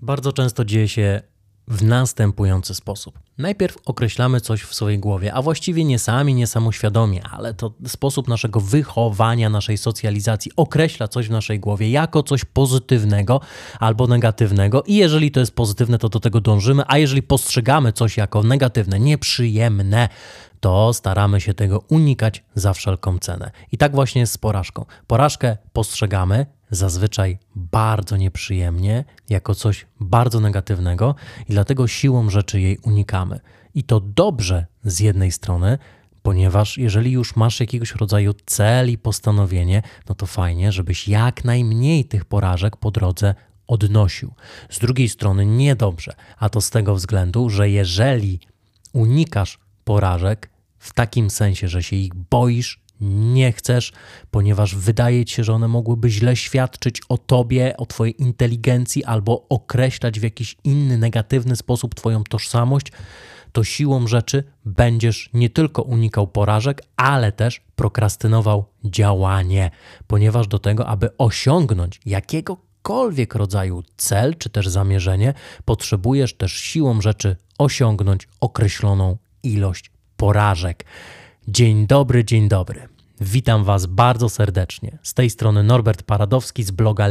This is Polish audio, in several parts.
Bardzo często dzieje się w następujący sposób. Najpierw określamy coś w swojej głowie, a właściwie nie sami, nie samoświadomie, ale to sposób naszego wychowania, naszej socjalizacji określa coś w naszej głowie jako coś pozytywnego albo negatywnego i jeżeli to jest pozytywne, to do tego dążymy, a jeżeli postrzegamy coś jako negatywne, nieprzyjemne, to staramy się tego unikać za wszelką cenę. I tak właśnie jest z porażką. Porażkę postrzegamy zazwyczaj bardzo nieprzyjemnie, jako coś bardzo negatywnego i dlatego siłą rzeczy jej unikamy. I to dobrze z jednej strony, ponieważ jeżeli już masz jakiegoś rodzaju cel i postanowienie, no to fajnie, żebyś jak najmniej tych porażek po drodze odnosił. Z drugiej strony niedobrze, a to z tego względu, że jeżeli unikasz porażek w takim sensie, że się ich boisz, nie chcesz, ponieważ wydaje ci się, że one mogłyby źle świadczyć o tobie, o twojej inteligencji albo określać w jakiś inny, negatywny sposób twoją tożsamość, to siłą rzeczy będziesz nie tylko unikał porażek, ale też prokrastynował działanie, ponieważ do tego, aby osiągnąć jakiegokolwiek rodzaju cel czy też zamierzenie, potrzebujesz też siłą rzeczy osiągnąć określoną ilość porażek. Dzień dobry, dzień dobry. Witam Was bardzo serdecznie. Z tej strony Norbert Paradowski z bloga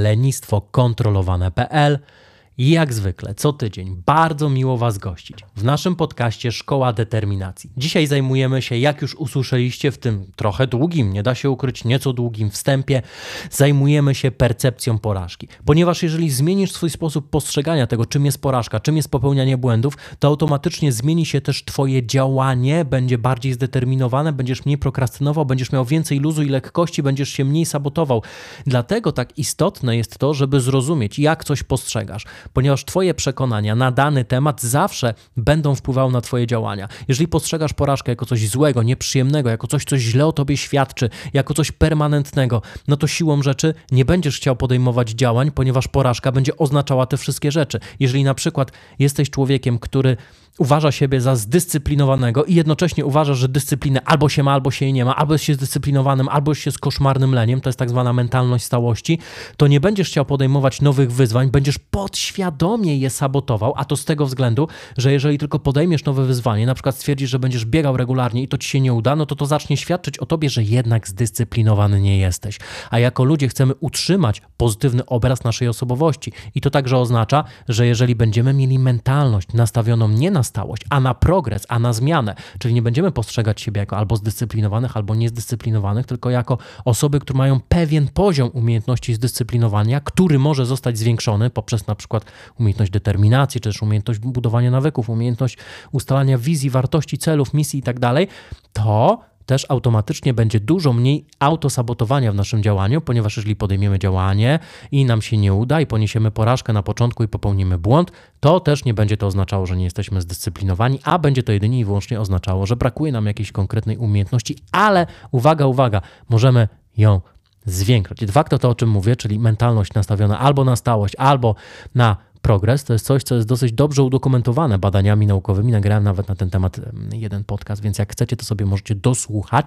lenistwokontrolowane.pl i jak zwykle co tydzień bardzo miło Was gościć w naszym podcaście Szkoła Determinacji. Dzisiaj zajmujemy się, jak już usłyszeliście w tym trochę długim, nie da się ukryć, nieco długim wstępie, zajmujemy się percepcją porażki. Ponieważ jeżeli zmienisz swój sposób postrzegania tego, czym jest porażka, czym jest popełnianie błędów, to automatycznie zmieni się też Twoje działanie, będzie bardziej zdeterminowane, będziesz mniej prokrastynował, będziesz miał więcej luzu i lekkości, będziesz się mniej sabotował. Dlatego tak istotne jest to, żeby zrozumieć, jak coś postrzegasz. Ponieważ Twoje przekonania na dany temat zawsze będą wpływały na Twoje działania. Jeżeli postrzegasz porażkę jako coś złego, nieprzyjemnego, jako coś, co źle o Tobie świadczy, jako coś permanentnego, no to siłą rzeczy nie będziesz chciał podejmować działań, ponieważ porażka będzie oznaczała te wszystkie rzeczy. Jeżeli na przykład jesteś człowiekiem, który uważa siebie za zdyscyplinowanego i jednocześnie uważa, że dyscyplinę albo się ma, albo się jej nie ma, albo jest się zdyscyplinowanym, albo jest się z koszmarnym leniem, to jest tak zwana mentalność stałości, to nie będziesz chciał podejmować nowych wyzwań, będziesz podświadomie je sabotował, a to z tego względu, że jeżeli tylko podejmiesz nowe wyzwanie, na przykład stwierdzisz, że będziesz biegał regularnie i to ci się nie uda, no to zacznie świadczyć o tobie, że jednak zdyscyplinowany nie jesteś. A jako ludzie chcemy utrzymać pozytywny obraz naszej osobowości i to także oznacza, że jeżeli będziemy mieli mentalność nastawioną nie na stałość, a na progres, a na zmianę, czyli nie będziemy postrzegać siebie jako albo zdyscyplinowanych, albo niezdyscyplinowanych, tylko jako osoby, które mają pewien poziom umiejętności zdyscyplinowania, który może zostać zwiększony poprzez na przykład umiejętność determinacji, czy też umiejętność budowania nawyków, umiejętność ustalania wizji, wartości, celów, misji i tak dalej, to też automatycznie będzie dużo mniej autosabotowania w naszym działaniu, ponieważ jeżeli podejmiemy działanie i nam się nie uda i poniesiemy porażkę na początku i popełnimy błąd, to też nie będzie to oznaczało, że nie jesteśmy zdyscyplinowani, a będzie to jedynie i wyłącznie oznaczało, że brakuje nam jakiejś konkretnej umiejętności, ale uwaga, możemy ją zwiększyć. De facto to, o czym mówię, czyli mentalność nastawiona albo na stałość, albo na progres, to jest coś, co jest dosyć dobrze udokumentowane badaniami naukowymi. Nagrałem nawet na ten temat jeden podcast, więc jak chcecie, to sobie możecie dosłuchać.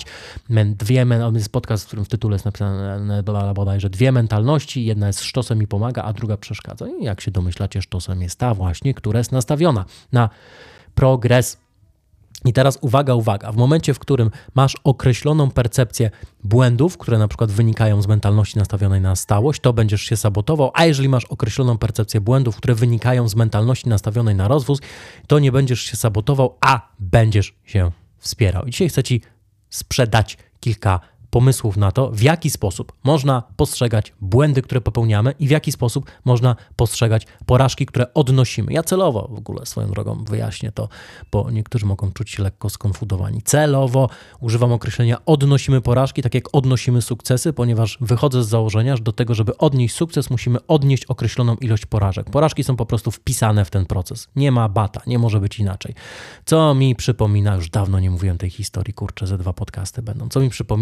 Jest podcast, w którym w tytule jest napisane bodajże 2 mentalności. Jedna jest sztosem i pomaga, a druga przeszkadza. I jak się domyślacie, sztosem jest ta właśnie, która jest nastawiona na progres. I teraz uwaga, w momencie, w którym masz określoną percepcję błędów, które na przykład wynikają z mentalności nastawionej na stałość, to będziesz się sabotował, a jeżeli masz określoną percepcję błędów, które wynikają z mentalności nastawionej na rozwój, to nie będziesz się sabotował, a będziesz się wspierał. I dzisiaj chcę Ci sprzedać kilka pomysłów na to, w jaki sposób można postrzegać błędy, które popełniamy i w jaki sposób można postrzegać porażki, które odnosimy. Ja celowo w ogóle swoją drogą wyjaśnię to, bo niektórzy mogą czuć się lekko skonfundowani. Celowo używam określenia odnosimy porażki, tak jak odnosimy sukcesy, ponieważ wychodzę z założenia, że do tego, żeby odnieść sukces, musimy odnieść określoną ilość porażek. Porażki są po prostu wpisane w ten proces. Nie ma bata, nie może być inaczej. Co mi przypomina, już dawno nie mówiłem tej historii, ze 2 podcasty będą, co mi przypomina, jak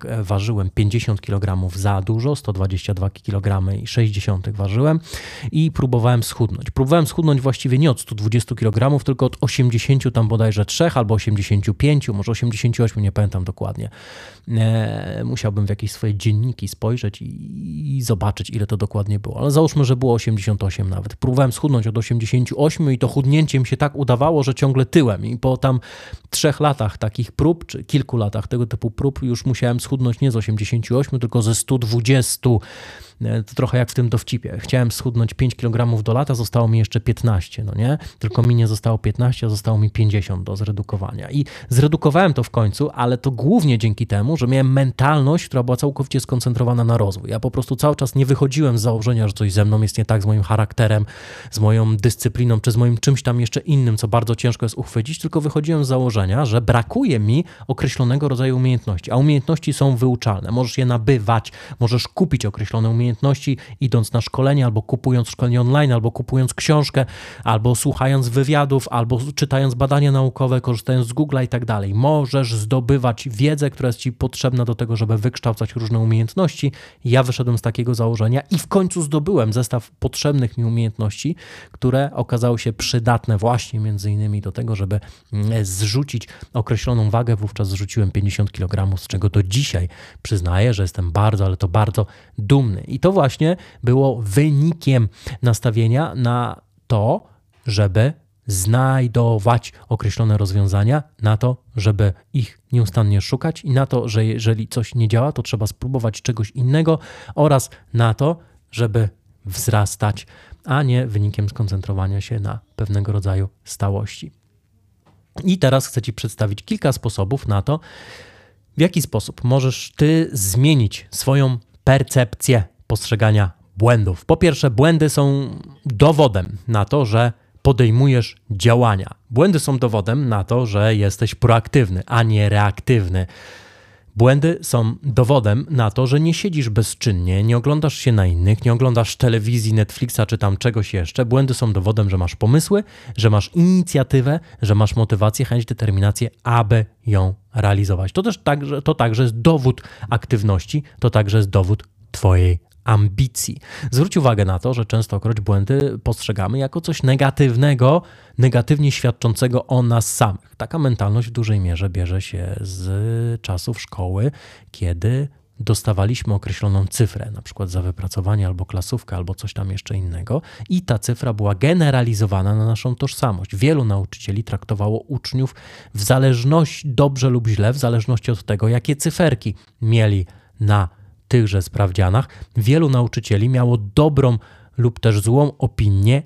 ważyłem 50 kg za dużo, 122 kg i 60 ważyłem i próbowałem schudnąć. Próbowałem schudnąć właściwie nie od 120 kg, tylko od 80 tam bodajże 3 albo 85, może 88, nie pamiętam dokładnie. Musiałbym w jakieś swoje dzienniki spojrzeć i zobaczyć, ile to dokładnie było. Ale załóżmy, że było 88 nawet. Próbowałem schudnąć od 88 i to chudnięcie mi się tak udawało, że ciągle tyłem. I po tam 3 latach takich prób, czy kilku latach tego typu prób już musiałem schudnąć nie z 88, tylko ze 120. To trochę jak w tym dowcipie. Chciałem schudnąć 5 kg do lata, zostało mi jeszcze 15, no nie? Tylko mi nie zostało 15, a zostało mi 50 do zredukowania. I zredukowałem to w końcu, ale to głównie dzięki temu, że miałem mentalność, która była całkowicie skoncentrowana na rozwój. Ja po prostu cały czas nie wychodziłem z założenia, że coś ze mną jest nie tak, z moim charakterem, z moją dyscypliną, czy z moim czymś tam jeszcze innym, co bardzo ciężko jest uchwycić, tylko wychodziłem z założenia, że brakuje mi określonego rodzaju umiejętności, a umiejętności są wyuczalne. Możesz je nabywać, możesz kupić określone umiejętności, idąc na szkolenie, albo kupując szkolenie online, albo kupując książkę, albo słuchając wywiadów, albo czytając badania naukowe, korzystając z Google'a i tak dalej. Możesz zdobywać wiedzę, która jest ci potrzebna do tego, żeby wykształcać różne umiejętności. Ja wyszedłem z takiego założenia i w końcu zdobyłem zestaw potrzebnych mi umiejętności, które okazały się przydatne właśnie między innymi do tego, żeby zrzucić określoną wagę. Wówczas zrzuciłem 50 kg, z czego do dzisiaj przyznaję, że jestem bardzo, ale to bardzo dumny. I to właśnie było wynikiem nastawienia na to, żeby znajdować określone rozwiązania, na to, żeby ich nieustannie szukać i na to, że jeżeli coś nie działa, to trzeba spróbować czegoś innego oraz na to, żeby wzrastać, a nie wynikiem skoncentrowania się na pewnego rodzaju stałości. I teraz chcę Ci przedstawić kilka sposobów na to, w jaki sposób możesz Ty zmienić swoją percepcję postrzegania błędów. Po pierwsze, błędy są dowodem na to, że podejmujesz działania. Błędy są dowodem na to, że jesteś proaktywny, a nie reaktywny. Błędy są dowodem na to, że nie siedzisz bezczynnie, nie oglądasz się na innych, nie oglądasz telewizji, Netflixa czy tam czegoś jeszcze. Błędy są dowodem, że masz pomysły, że masz inicjatywę, że masz motywację, chęć, determinację, aby ją realizować. To także jest dowód aktywności, to także jest dowód Twojej ambicji. Zwróć uwagę na to, że częstokroć błędy postrzegamy jako coś negatywnego, negatywnie świadczącego o nas samych. Taka mentalność w dużej mierze bierze się z czasów szkoły, kiedy dostawaliśmy określoną cyfrę, na przykład za wypracowanie albo klasówkę, albo coś tam jeszcze innego i ta cyfra była generalizowana na naszą tożsamość. Wielu nauczycieli traktowało uczniów w zależności, dobrze lub źle, w zależności od tego, jakie cyferki mieli na tychże sprawdzianach. Wielu nauczycieli miało dobrą lub też złą opinię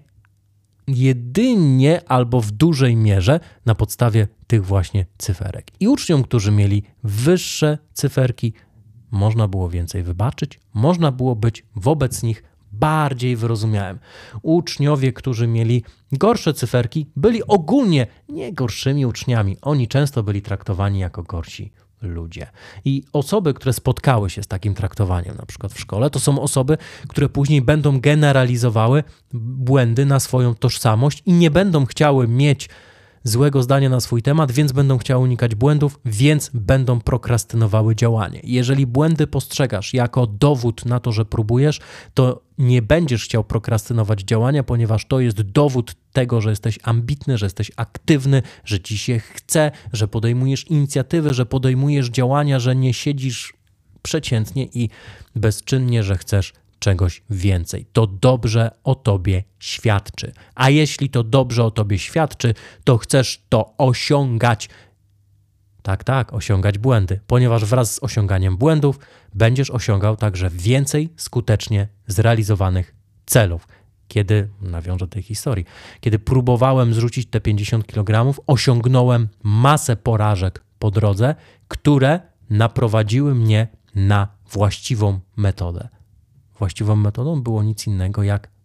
jedynie albo w dużej mierze na podstawie tych właśnie cyferek. I uczniom, którzy mieli wyższe cyferki, można było więcej wybaczyć, można było być wobec nich bardziej wyrozumiałym. Uczniowie, którzy mieli gorsze cyferki, byli ogólnie nie gorszymi uczniami. Oni często byli traktowani jako gorsi ludzie. I osoby, które spotkały się z takim traktowaniem, na przykład w szkole, to są osoby, które później będą generalizowały błędy na swoją tożsamość i nie będą chciały mieć złego zdania na swój temat, więc będą chciały unikać błędów, więc będą prokrastynowały działanie. Jeżeli błędy postrzegasz jako dowód na to, że próbujesz, to nie będziesz chciał prokrastynować działania, ponieważ to jest dowód tego, że jesteś ambitny, że jesteś aktywny, że ci się chce, że podejmujesz inicjatywę, że podejmujesz działania, że nie siedzisz przeciętnie i bezczynnie, że chcesz czegoś więcej. To dobrze o tobie świadczy. A jeśli to dobrze o tobie świadczy, to chcesz to osiągać. Tak, osiągać błędy, ponieważ wraz z osiąganiem błędów będziesz osiągał także więcej skutecznie zrealizowanych celów. Kiedy, nawiążę do tej historii, kiedy próbowałem zrzucić te 50 kg, osiągnąłem masę porażek po drodze, które naprowadziły mnie na właściwą metodę. Właściwą metodą było nic innego jak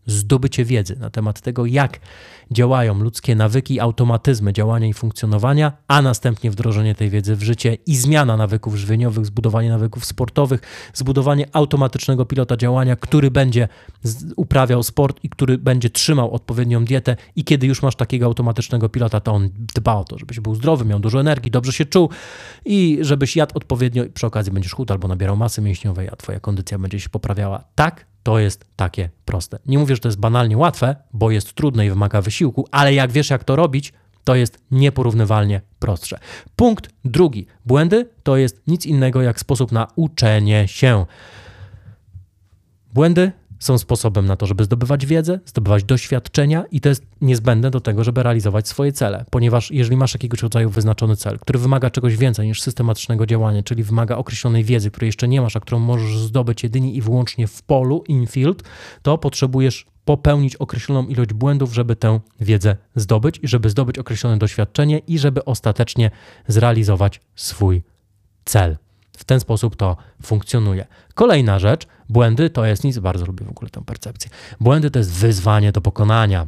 zdobycie wiedzy na temat tego, jak działają ludzkie nawyki, automatyzmy działania i funkcjonowania, a następnie wdrożenie tej wiedzy w życie i zmiana nawyków żywieniowych, zbudowanie nawyków sportowych, zbudowanie automatycznego pilota działania, który będzie uprawiał sport i który będzie trzymał odpowiednią dietę i kiedy już masz takiego automatycznego pilota, to on dba o to, żebyś był zdrowy, miał dużo energii, dobrze się czuł i żebyś jadł odpowiednio i przy okazji będziesz chudł albo nabierał masy mięśniowej, a twoja kondycja będzie się poprawiała. Tak, to jest takie proste. Nie mówię, że to jest banalnie łatwe, bo jest trudne i wymaga wysiłku, ale jak wiesz, jak to robić, to jest nieporównywalnie prostsze. Punkt drugi. Błędy to jest nic innego jak sposób na uczenie się. Błędy są sposobem na to, żeby zdobywać wiedzę, zdobywać doświadczenia i to jest niezbędne do tego, żeby realizować swoje cele, ponieważ jeżeli masz jakiegoś rodzaju wyznaczony cel, który wymaga czegoś więcej niż systematycznego działania, czyli wymaga określonej wiedzy, której jeszcze nie masz, a którą możesz zdobyć jedynie i wyłącznie w polu, infield, to potrzebujesz popełnić określoną ilość błędów, żeby tę wiedzę zdobyć i żeby zdobyć określone doświadczenie i żeby ostatecznie zrealizować swój cel. W ten sposób to funkcjonuje. Kolejna rzecz, błędy to jest nic, bardzo lubię w ogóle tę percepcję. Błędy to jest wyzwanie do pokonania.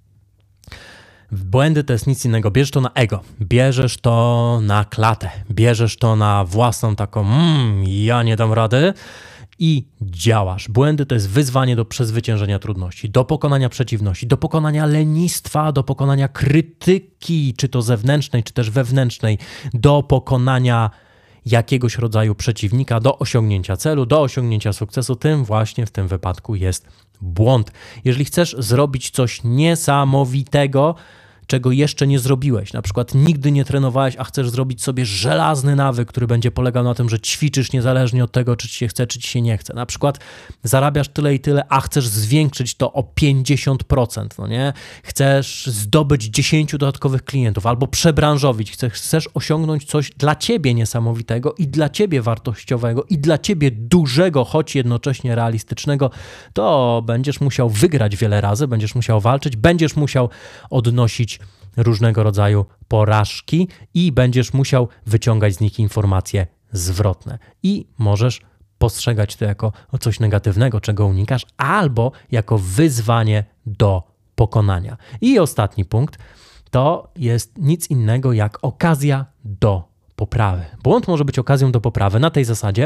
Błędy to jest nic innego. Bierzesz to na ego, bierzesz to na klatę, bierzesz to na własną taką ja nie dam rady i działasz. Błędy to jest wyzwanie do przezwyciężenia trudności, do pokonania przeciwności, do pokonania lenistwa, do pokonania krytyki, czy to zewnętrznej, czy też wewnętrznej, do pokonania jakiegoś rodzaju przeciwnika, do osiągnięcia celu, do osiągnięcia sukcesu. Tym właśnie w tym wypadku jest błąd. Jeżeli chcesz zrobić coś niesamowitego, czego jeszcze nie zrobiłeś, na przykład nigdy nie trenowałeś, a chcesz zrobić sobie żelazny nawyk, który będzie polegał na tym, że ćwiczysz niezależnie od tego, czy ci się chce, czy ci się nie chce. Na przykład zarabiasz tyle i tyle, a chcesz zwiększyć to o 50%, no nie? Chcesz zdobyć 10 dodatkowych klientów albo przebranżowić, chcesz osiągnąć coś dla ciebie niesamowitego i dla ciebie wartościowego i dla ciebie dużego, choć jednocześnie realistycznego, to będziesz musiał wygrać wiele razy, będziesz musiał walczyć, będziesz musiał odnosić różnego rodzaju porażki i będziesz musiał wyciągać z nich informacje zwrotne. I możesz postrzegać to jako coś negatywnego, czego unikasz, albo jako wyzwanie do pokonania. I ostatni punkt to jest nic innego jak okazja do poprawy. Błąd może być okazją do poprawy na tej zasadzie,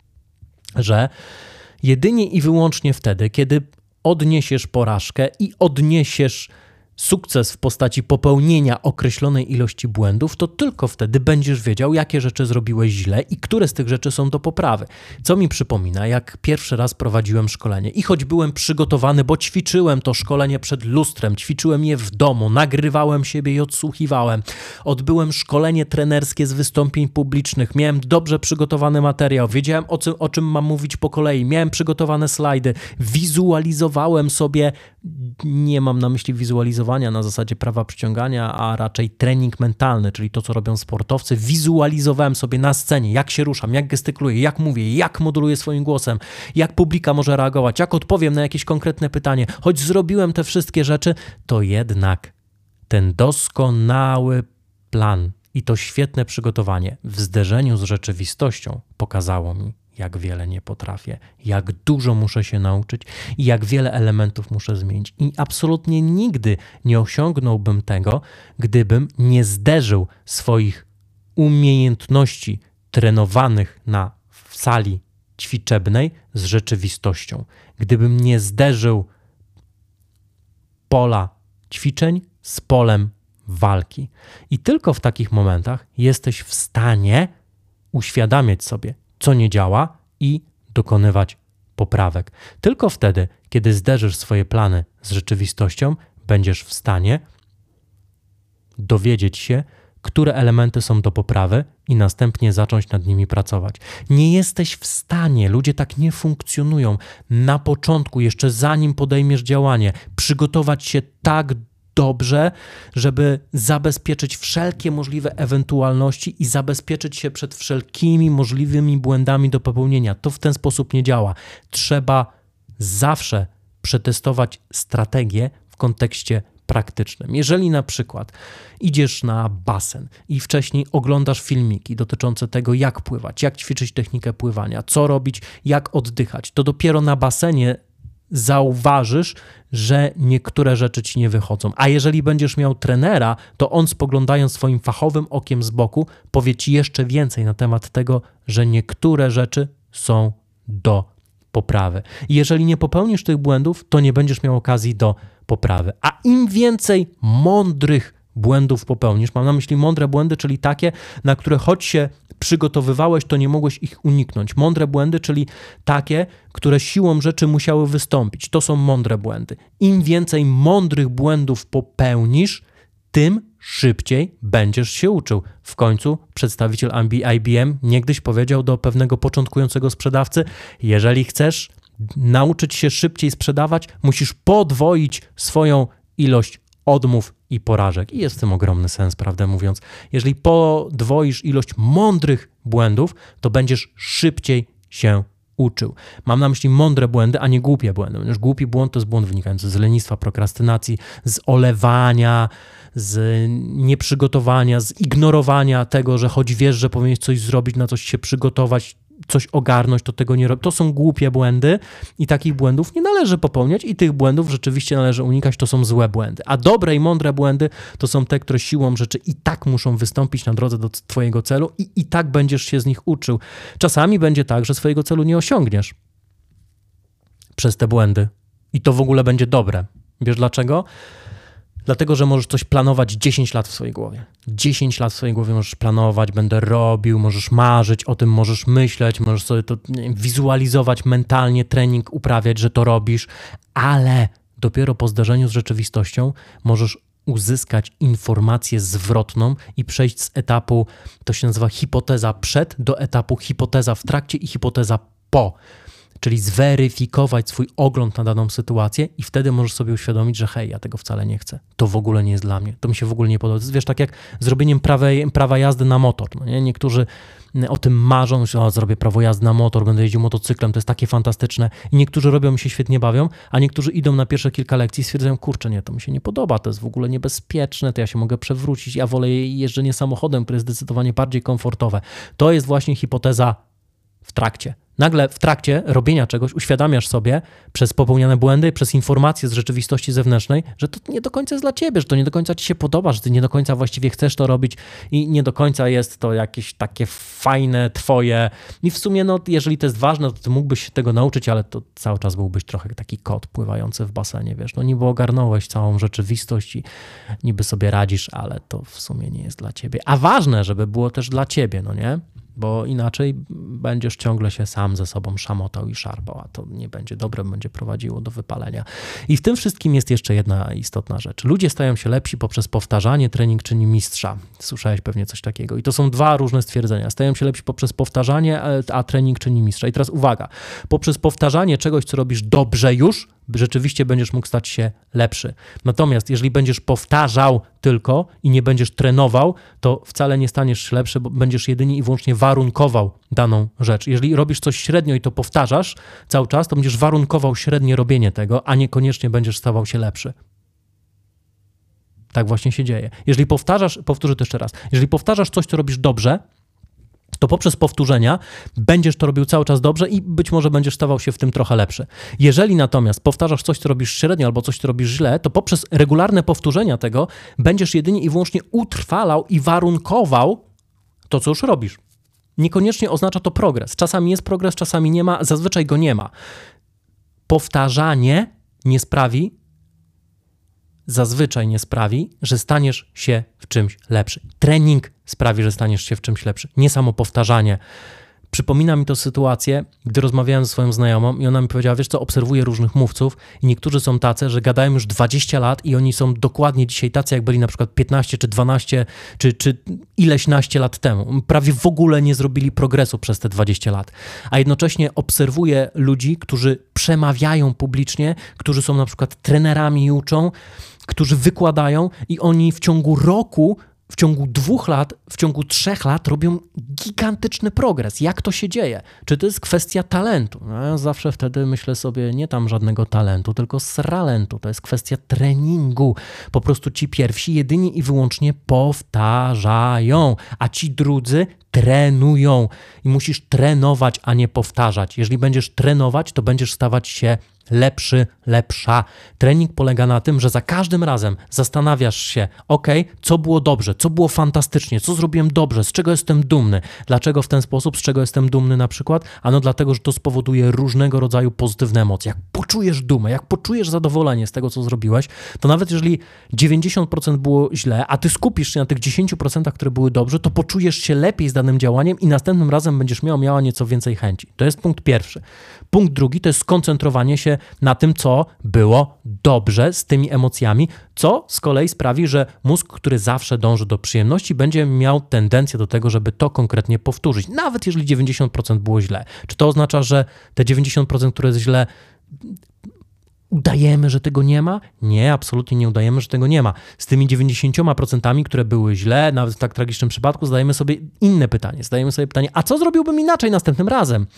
że jedynie i wyłącznie wtedy, kiedy odniesiesz porażkę i odniesiesz sukces w postaci popełnienia określonej ilości błędów, to tylko wtedy będziesz wiedział, jakie rzeczy zrobiłeś źle i które z tych rzeczy są do poprawy. Co mi przypomina, jak pierwszy raz prowadziłem szkolenie i choć byłem przygotowany, bo ćwiczyłem to szkolenie przed lustrem, ćwiczyłem je w domu, nagrywałem siebie i odsłuchiwałem, odbyłem szkolenie trenerskie z wystąpień publicznych, miałem dobrze przygotowany materiał, wiedziałem o czym mam mówić po kolei, miałem przygotowane slajdy, wizualizowałem sobie, nie mam na myśli wizualizowania na zasadzie prawa przyciągania, a raczej trening mentalny, czyli to, co robią sportowcy. Wizualizowałem sobie na scenie, jak się ruszam, jak gestykuluję, jak mówię, jak moduluję swoim głosem, jak publika może reagować, jak odpowiem na jakieś konkretne pytanie. Choć zrobiłem te wszystkie rzeczy, to jednak ten doskonały plan i to świetne przygotowanie w zderzeniu z rzeczywistością pokazało mi, jak wiele nie potrafię, jak dużo muszę się nauczyć i jak wiele elementów muszę zmienić. I absolutnie nigdy nie osiągnąłbym tego, gdybym nie zderzył swoich umiejętności trenowanych na sali ćwiczebnej z rzeczywistością. Gdybym nie zderzył pola ćwiczeń z polem walki. I tylko w takich momentach jesteś w stanie uświadamiać sobie, co nie działa i dokonywać poprawek. Tylko wtedy, kiedy zderzysz swoje plany z rzeczywistością, będziesz w stanie dowiedzieć się, które elementy są do poprawy i następnie zacząć nad nimi pracować. Nie jesteś w stanie, ludzie tak nie funkcjonują, na początku, jeszcze zanim podejmiesz działanie, przygotować się tak dobrze, żeby zabezpieczyć wszelkie możliwe ewentualności i zabezpieczyć się przed wszelkimi możliwymi błędami do popełnienia. To w ten sposób nie działa. Trzeba zawsze przetestować strategię w kontekście praktycznym. Jeżeli na przykład idziesz na basen i wcześniej oglądasz filmiki dotyczące tego, jak pływać, jak ćwiczyć technikę pływania, co robić, jak oddychać, to dopiero na basenie zauważysz, że niektóre rzeczy ci nie wychodzą. A jeżeli będziesz miał trenera, to on spoglądając swoim fachowym okiem z boku powie ci jeszcze więcej na temat tego, że niektóre rzeczy są do poprawy. I jeżeli nie popełnisz tych błędów, to nie będziesz miał okazji do poprawy. A im więcej mądrych błędów popełnisz, mam na myśli mądre błędy, czyli takie, na które choć się przygotowywałeś, to nie mogłeś ich uniknąć. Mądre błędy, czyli takie, które siłą rzeczy musiały wystąpić. To są mądre błędy. Im więcej mądrych błędów popełnisz, tym szybciej będziesz się uczył. W końcu przedstawiciel IBM niegdyś powiedział do pewnego początkującego sprzedawcy: jeżeli chcesz nauczyć się szybciej sprzedawać, musisz podwoić swoją ilość odmów i porażek. I jest w tym ogromny sens, prawdę mówiąc. Jeżeli podwoisz ilość mądrych błędów, to będziesz szybciej się uczył. Mam na myśli mądre błędy, a nie głupie błędy. Ponieważ głupi błąd to jest błąd wynikający z lenistwa, prokrastynacji, z olewania, z nieprzygotowania, z ignorowania tego, że choć wiesz, że powinieneś coś zrobić, na coś się przygotować, coś ogarnąć, to tego nie robi. To są głupie błędy i takich błędów nie należy popełniać i tych błędów rzeczywiście należy unikać, to są złe błędy. A dobre i mądre błędy to są te, które siłą rzeczy i tak muszą wystąpić na drodze do twojego celu i tak będziesz się z nich uczył. Czasami będzie tak, że swojego celu nie osiągniesz przez te błędy i to w ogóle będzie dobre. Wiesz dlaczego? Dlatego, że możesz coś planować 10 lat w swojej głowie. 10 lat w swojej głowie możesz planować, będę robił, możesz marzyć o tym, możesz myśleć, możesz sobie to wizualizować mentalnie, trening uprawiać, że to robisz, ale dopiero po zdarzeniu z rzeczywistością możesz uzyskać informację zwrotną i przejść z etapu, to się nazywa hipoteza przed, do etapu hipoteza w trakcie i hipoteza po. Czyli zweryfikować swój ogląd na daną sytuację i wtedy możesz sobie uświadomić, że hej, ja tego wcale nie chcę. To w ogóle nie jest dla mnie. To mi się w ogóle nie podoba. Wiesz, tak jak zrobieniem prawa jazdy na motor. No nie? Niektórzy o tym marzą, że zrobię prawo jazdy na motor, będę jeździł motocyklem, to jest takie fantastyczne. I niektórzy robią i się świetnie bawią, a niektórzy idą na pierwsze kilka lekcji i stwierdzają, kurczę, nie, to mi się nie podoba, to jest w ogóle niebezpieczne, to ja się mogę przewrócić, ja wolę jeżdżenie samochodem, które jest zdecydowanie bardziej komfortowe. To jest właśnie hipoteza w trakcie. Nagle w trakcie robienia czegoś uświadamiasz sobie przez popełniane błędy, przez informacje z rzeczywistości zewnętrznej, że to nie do końca jest dla ciebie, że to nie do końca ci się podoba, że ty nie do końca właściwie chcesz to robić i nie do końca jest to jakieś takie fajne twoje. I w sumie, no, jeżeli to jest ważne, to ty mógłbyś się tego nauczyć, ale to cały czas byłbyś trochę taki kot pływający w basenie, wiesz. No niby ogarnąłeś całą rzeczywistość i niby sobie radzisz, ale to w sumie nie jest dla ciebie. A ważne, żeby było też dla ciebie, no nie? Bo inaczej będziesz ciągle się sam ze sobą szamotał i szarpał, a to nie będzie dobre, będzie prowadziło do wypalenia. I w tym wszystkim jest jeszcze jedna istotna rzecz. Ludzie stają się lepsi poprzez powtarzanie, trening czyni mistrza. Słyszałeś pewnie coś takiego. I to są dwa różne stwierdzenia. Stają się lepsi poprzez powtarzanie, a trening czyni mistrza. I teraz uwaga, poprzez powtarzanie czegoś, co robisz dobrze już, rzeczywiście będziesz mógł stać się lepszy. Natomiast jeżeli będziesz powtarzał tylko i nie będziesz trenował, to wcale nie staniesz się lepszy, bo będziesz jedynie i wyłącznie warunkował daną rzecz. Jeżeli robisz coś średnio i to powtarzasz cały czas, to będziesz warunkował średnie robienie tego, a niekoniecznie będziesz stawał się lepszy. Tak właśnie się dzieje. Jeżeli powtarzasz, powtórzę to jeszcze raz, jeżeli powtarzasz coś, co robisz dobrze, to poprzez powtórzenia będziesz to robił cały czas dobrze i być może będziesz stawał się w tym trochę lepszy. Jeżeli natomiast powtarzasz coś, co robisz średnio albo coś, co robisz źle, to poprzez regularne powtórzenia tego będziesz jedynie i wyłącznie utrwalał i warunkował to, co już robisz. Niekoniecznie oznacza to progres. Czasami jest progres, czasami nie ma, zazwyczaj go nie ma. Powtarzanie zazwyczaj nie sprawi, że staniesz się w czymś lepszy. Trening sprawi, że staniesz się w czymś lepszy. Nie samo powtarzanie. Przypomina mi to sytuację, gdy rozmawiałem ze swoją znajomą i ona mi powiedziała, wiesz co, obserwuję różnych mówców i niektórzy są tacy, że gadają już 20 lat i oni są dokładnie dzisiaj tacy, jak byli na przykład 15 czy 12 czy ileśnaście lat temu. Prawie w ogóle nie zrobili progresu przez te 20 lat. A jednocześnie obserwuję ludzi, którzy przemawiają publicznie, którzy są na przykład trenerami i uczą, którzy wykładają i oni w ciągu roku, w ciągu 2 lat, w ciągu 3 lat robią gigantyczny progres. Jak to się dzieje? Czy to jest kwestia talentu? No, ja zawsze wtedy myślę sobie, nie tam żadnego talentu, tylko sralentu. To jest kwestia treningu. Po prostu ci pierwsi jedynie i wyłącznie powtarzają, a ci drudzy trenują. I musisz trenować, a nie powtarzać. Jeżeli będziesz trenować, to będziesz stawać się lepszy, lepsza. Trening polega na tym, że za każdym razem zastanawiasz się, co było dobrze, co było fantastycznie, co zrobiłem dobrze, z czego jestem dumny. Dlaczego w ten sposób, z czego jestem dumny na przykład? Ano dlatego, że to spowoduje różnego rodzaju pozytywne emocje. Jak poczujesz dumę, jak poczujesz zadowolenie z tego, co zrobiłeś, to nawet jeżeli 90% było źle, a ty skupisz się na tych 10%, które były dobrze, to poczujesz się lepiej z danym działaniem i następnym razem będziesz miała nieco więcej chęci. To jest punkt pierwszy. Punkt drugi to jest skoncentrowanie się na tym, co było dobrze z tymi emocjami, co z kolei sprawi, że mózg, który zawsze dąży do przyjemności, będzie miał tendencję do tego, żeby to konkretnie powtórzyć, nawet jeżeli 90% było źle. Czy to oznacza, że te 90%, które jest źle, udajemy, że tego nie ma? Nie, absolutnie nie udajemy, że tego nie ma. Z tymi 90%, które były źle, nawet w tak tragicznym przypadku, zadajemy sobie inne pytanie. Zadajemy sobie pytanie, a co zrobiłbym inaczej następnym razem?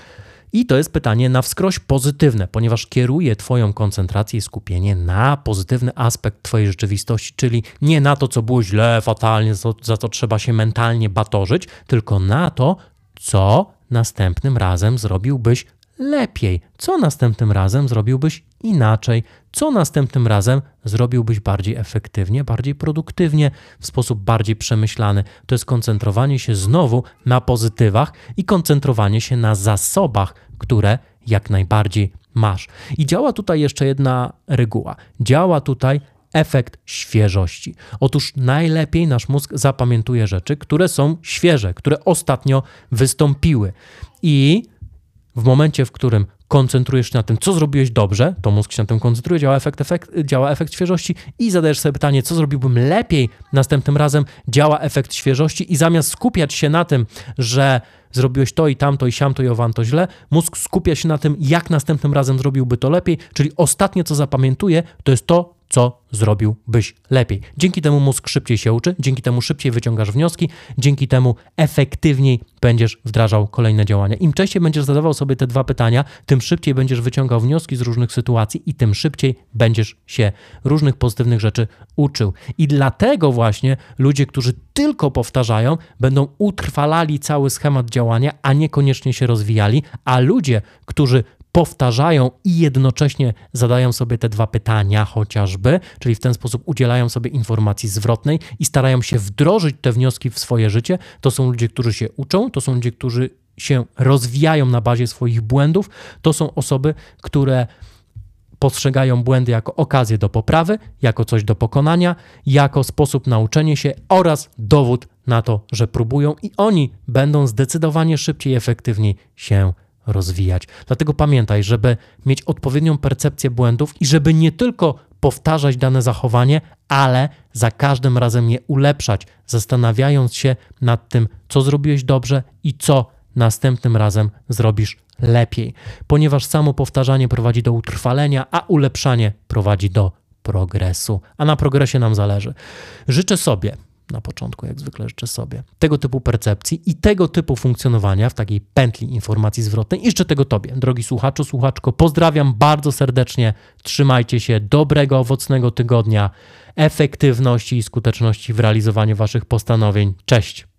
I to jest pytanie na wskroś pozytywne, ponieważ kieruje twoją koncentrację i skupienie na pozytywny aspekt twojej rzeczywistości, czyli nie na to, co było źle, fatalnie, za co trzeba się mentalnie batorzyć, tylko na to, co następnym razem zrobiłbyś lepiej, co następnym razem zrobiłbyś inaczej, co następnym razem zrobiłbyś bardziej efektywnie, bardziej produktywnie, w sposób bardziej przemyślany. To jest koncentrowanie się znowu na pozytywach i koncentrowanie się na zasobach, które jak najbardziej masz. I działa tutaj jeszcze jedna reguła. Działa tutaj efekt świeżości. Otóż najlepiej nasz mózg zapamiętuje rzeczy, które są świeże, które ostatnio wystąpiły. I w momencie, w którym koncentrujesz się na tym, co zrobiłeś dobrze, to mózg się na tym koncentruje, działa efekt świeżości i zadajesz sobie pytanie, co zrobiłbym lepiej następnym razem, działa efekt świeżości i zamiast skupiać się na tym, że zrobiłeś to i tamto i siamto i owanto źle, mózg skupia się na tym, jak następnym razem zrobiłby to lepiej, czyli ostatnie, co zapamiętuje, to jest to, co zrobiłbyś lepiej. Dzięki temu mózg szybciej się uczy, dzięki temu szybciej wyciągasz wnioski, dzięki temu efektywniej będziesz wdrażał kolejne działania. Im częściej będziesz zadawał sobie te dwa pytania, tym szybciej będziesz wyciągał wnioski z różnych sytuacji i tym szybciej będziesz się różnych pozytywnych rzeczy uczył. I dlatego właśnie ludzie, którzy tylko powtarzają, będą utrwalali cały schemat działania, a niekoniecznie się rozwijali, a ludzie, którzy powtarzają i jednocześnie zadają sobie te dwa pytania chociażby, czyli w ten sposób udzielają sobie informacji zwrotnej i starają się wdrożyć te wnioski w swoje życie. To są ludzie, którzy się uczą, to są ludzie, którzy się rozwijają na bazie swoich błędów, to są osoby, które postrzegają błędy jako okazję do poprawy, jako coś do pokonania, jako sposób na uczenie się oraz dowód na to, że próbują i oni będą zdecydowanie szybciej i efektywniej się rozwijać. Dlatego pamiętaj, żeby mieć odpowiednią percepcję błędów i żeby nie tylko powtarzać dane zachowanie, ale za każdym razem je ulepszać, zastanawiając się nad tym, co zrobiłeś dobrze i co następnym razem zrobisz lepiej. Ponieważ samo powtarzanie prowadzi do utrwalenia, a ulepszanie prowadzi do progresu. A na progresie nam zależy. Życzę sobie, na początku jak zwykle życzę sobie, tego typu percepcji i tego typu funkcjonowania w takiej pętli informacji zwrotnej i życzę tego Tobie, drogi słuchaczu, słuchaczko. Pozdrawiam bardzo serdecznie, trzymajcie się, dobrego, owocnego tygodnia, efektywności i skuteczności w realizowaniu Waszych postanowień. Cześć!